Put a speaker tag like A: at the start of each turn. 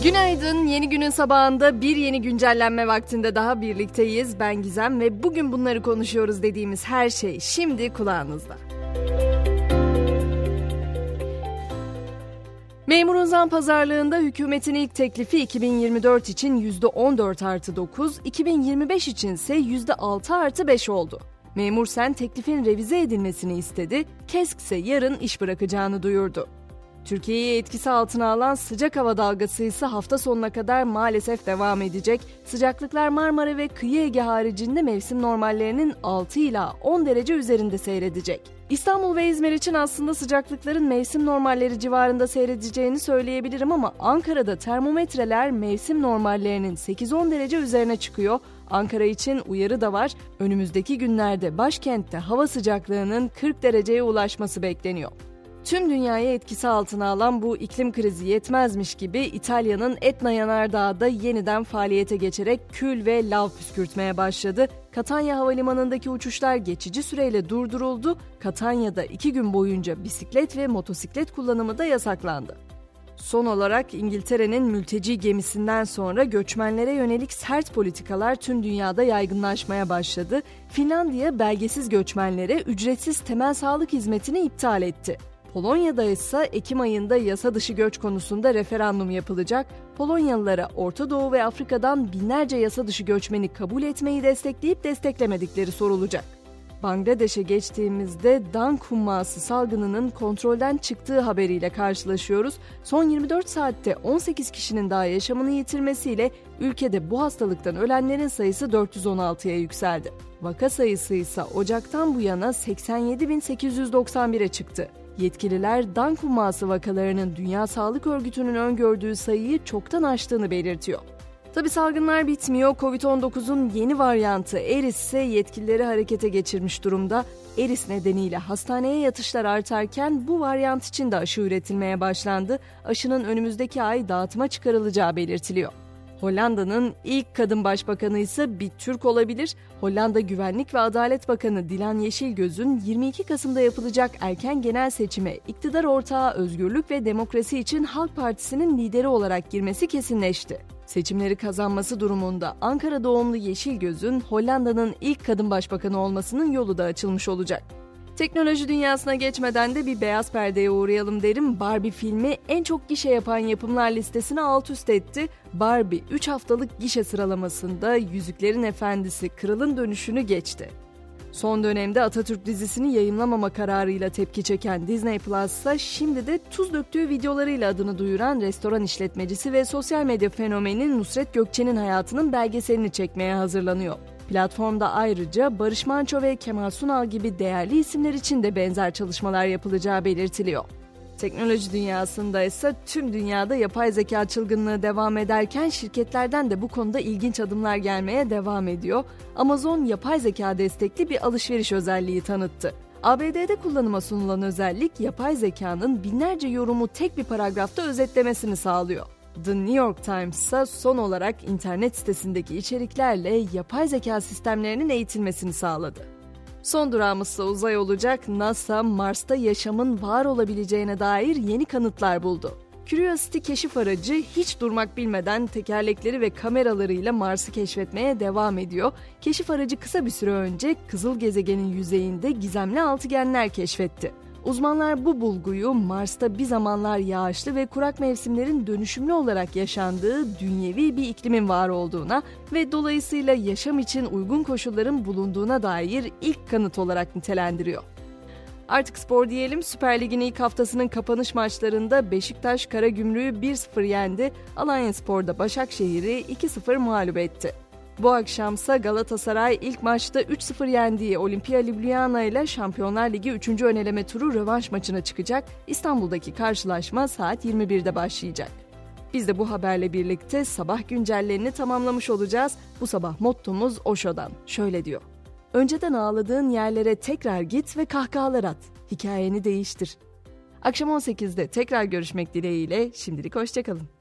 A: Günaydın, yeni günün sabahında bir yeni güncellenme vaktinde daha birlikteyiz. Ben Gizem ve bugün bunları konuşuyoruz dediğimiz her şey şimdi kulağınızda. Memurun zam pazarlığında hükümetin ilk teklifi 2024 için %14+9, 2025 içinse %6+5 oldu. Memur Sen teklifin revize edilmesini istedi, KESK ise yarın iş bırakacağını duyurdu. Türkiye'yi etkisi altına alan sıcak hava dalgası ise hafta sonuna kadar maalesef devam edecek. Sıcaklıklar Marmara ve Kıyı Ege haricinde mevsim normallerinin 6 ila 10 derece üzerinde seyredecek. İstanbul ve İzmir için aslında sıcaklıkların mevsim normalleri civarında seyredeceğini söyleyebilirim ama Ankara'da termometreler mevsim normallerinin 8-10 derece üzerine çıkıyor. Ankara için uyarı da var. Önümüzdeki günlerde başkentte hava sıcaklığının 40 dereceye ulaşması bekleniyor. Tüm dünyayı etkisi altına alan bu iklim krizi yetmezmiş gibi İtalya'nın Etna Yanardağı da yeniden faaliyete geçerek kül ve lav püskürtmeye başladı. Catania Havalimanı'ndaki uçuşlar geçici süreyle durduruldu. Catania'da 2 gün boyunca bisiklet ve motosiklet kullanımı da yasaklandı. Son olarak İngiltere'nin mülteci gemisinden sonra göçmenlere yönelik sert politikalar tüm dünyada yaygınlaşmaya başladı. Finlandiya belgesiz göçmenlere ücretsiz temel sağlık hizmetini iptal etti. Polonya'da ise Ekim ayında yasa dışı göç konusunda referandum yapılacak. Polonyalılara Orta Doğu ve Afrika'dan binlerce yasa dışı göçmeni kabul etmeyi destekleyip desteklemedikleri sorulacak. Bangladeş'e geçtiğimizde dank humması salgınının kontrolden çıktığı haberiyle karşılaşıyoruz. Son 24 saatte 18 kişinin daha yaşamını yitirmesiyle ülkede bu hastalıktan ölenlerin sayısı 416'ya yükseldi. Vaka sayısı ise Ocak'tan bu yana 87.891'e çıktı. Yetkililer dank humması vakalarının Dünya Sağlık Örgütü'nün öngördüğü sayıyı çoktan aştığını belirtiyor. Tabi salgınlar bitmiyor. Covid-19'un yeni varyantı Eris ise yetkilileri harekete geçirmiş durumda. Eris nedeniyle hastaneye yatışlar artarken bu varyant için de aşı üretilmeye başlandı. Aşının önümüzdeki ay dağıtıma çıkarılacağı belirtiliyor. Hollanda'nın ilk kadın başbakanı ise bir Türk olabilir. Hollanda Güvenlik ve Adalet Bakanı Dilan Yeşilgöz'ün 22 Kasım'da yapılacak erken genel seçime iktidar ortağı Özgürlük ve Demokrasi için Halk Partisi'nin lideri olarak girmesi kesinleşti. Seçimleri kazanması durumunda Ankara doğumlu Yeşilgöz'ün Hollanda'nın ilk kadın başbakanı olmasının yolu da açılmış olacak. Teknoloji dünyasına geçmeden de bir beyaz perdeye uğrayalım derim. Barbie filmi en çok gişe yapan yapımlar listesine alt üst etti. Barbie 3 haftalık gişe sıralamasında Yüzüklerin Efendisi Kralın Dönüşü'nü geçti. Son dönemde Atatürk dizisini yayımlamama kararıyla tepki çeken Disney Plus ise şimdi de tuz döktüğü videolarıyla adını duyuran restoran işletmecisi ve sosyal medya fenomeni Nusret Gökçe'nin hayatının belgeselini çekmeye hazırlanıyor. Platformda ayrıca Barış Manço ve Kemal Sunal gibi değerli isimler için de benzer çalışmalar yapılacağı belirtiliyor. Teknoloji dünyasında ise tüm dünyada yapay zeka çılgınlığı devam ederken şirketlerden de bu konuda ilginç adımlar gelmeye devam ediyor. Amazon yapay zeka destekli bir alışveriş özelliği tanıttı. ABD'de kullanıma sunulan özellik yapay zekanın binlerce yorumu tek bir paragrafta özetlemesini sağlıyor. The New York Times ise son olarak internet sitesindeki içeriklerle yapay zeka sistemlerinin eğitilmesini sağladı. Son durağımız ise uzay olacak. NASA, Mars'ta yaşamın var olabileceğine dair yeni kanıtlar buldu. Curiosity keşif aracı hiç durmak bilmeden tekerlekleri ve kameralarıyla Mars'ı keşfetmeye devam ediyor. Keşif aracı kısa bir süre önce kızıl gezegenin yüzeyinde gizemli altıgenler keşfetti. Uzmanlar bu bulguyu Mars'ta bir zamanlar yağışlı ve kurak mevsimlerin dönüşümlü olarak yaşandığı dünyevi bir iklimin var olduğuna ve dolayısıyla yaşam için uygun koşulların bulunduğuna dair ilk kanıt olarak nitelendiriyor. Artık spor diyelim. Süper Lig'in ilk haftasının kapanış maçlarında Beşiktaş Karagümrük'ü 1-0 yendi. Alanyaspor'da Başakşehir'i 2-0 mağlup etti. Bu akşamsa Galatasaray ilk maçta 3-0 yendiği Olimpia Ljubljana ile Şampiyonlar Ligi 3. öneleme turu rövanş maçına çıkacak. İstanbul'daki karşılaşma saat 21'de başlayacak. Biz de bu haberle birlikte sabah güncellerini tamamlamış olacağız. Bu sabah mottomuz Osho'dan. Şöyle diyor: önceden ağladığın yerlere tekrar git ve kahkahalar at. Hikayeni değiştir. Akşam 18'de tekrar görüşmek dileğiyle. Şimdilik hoşça kalın.